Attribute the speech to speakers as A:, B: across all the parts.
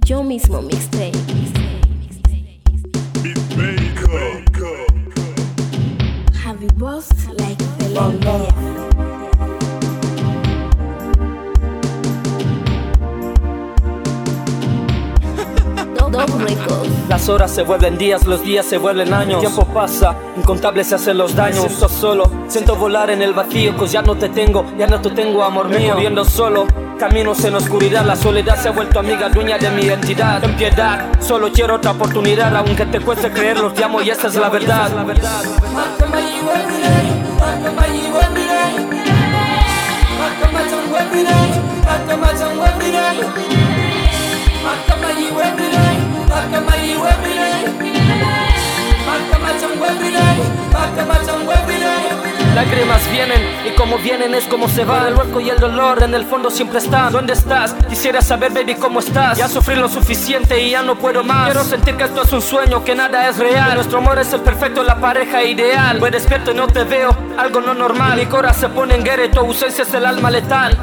A: Yo mismo mixtape. Javi Boss like the London. Dog Records.
B: Las horas se vuelven días, los días se vuelven años. El tiempo pasa, incontables se hacen los daños. Me siento solo, siento volar en el vacío, pues ya no te tengo amor mío. Corriendo solo, caminos en oscuridad. La soledad se ha vuelto amiga, dueña de mi identidad. Ten piedad, solo quiero otra oportunidad. Aunque te cueste creerlo, te amo y esta es la verdad. Lágrimas vienen y como vienen es como se van. El hueco y el dolor en el fondo siempre están. ¿Dónde estás? Quisiera saber, baby, cómo estás. Ya sufrí lo suficiente y ya no puedo más. Quiero sentir que esto es un sueño, que nada es real. Nuestro amor es el perfecto, la pareja ideal. Voy despierto y no te veo, algo no normal. Mi corazón se pone en guerra y tu ausencia es el alma letal.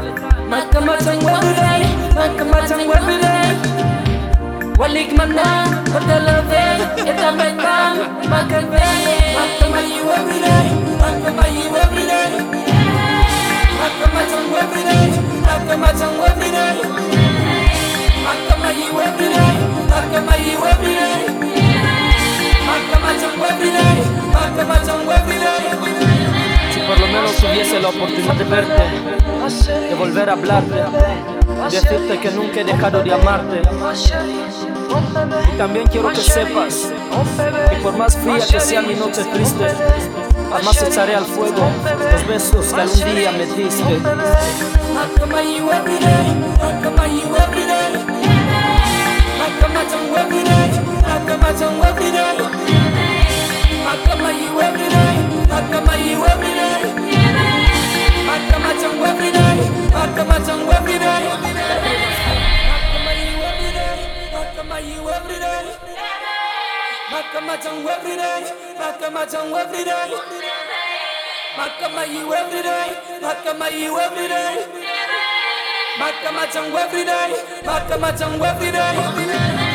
B: Walik mana, bertelevin, kita makan, makan beli. Makan bayi everyday, makan bayi everyday. Makan macam everyday, makan macam everyday. Makan bayi everyday, makan bayi everyday. Makan macam everyday, makan macam everyday. Si por lo menos tuviese la oportunidad de verte, de volver a hablarte, decirte que nunca he dejado de amarte. Y también quiero que sepas que por más fría que sea mi noche triste, jamás echaré al fuego los besos que algún día me diste. Makan macam everyday, makan macam everyday. Makan bayi everyday, makan bayi everyday. Makan macam everyday, makan macam everyday.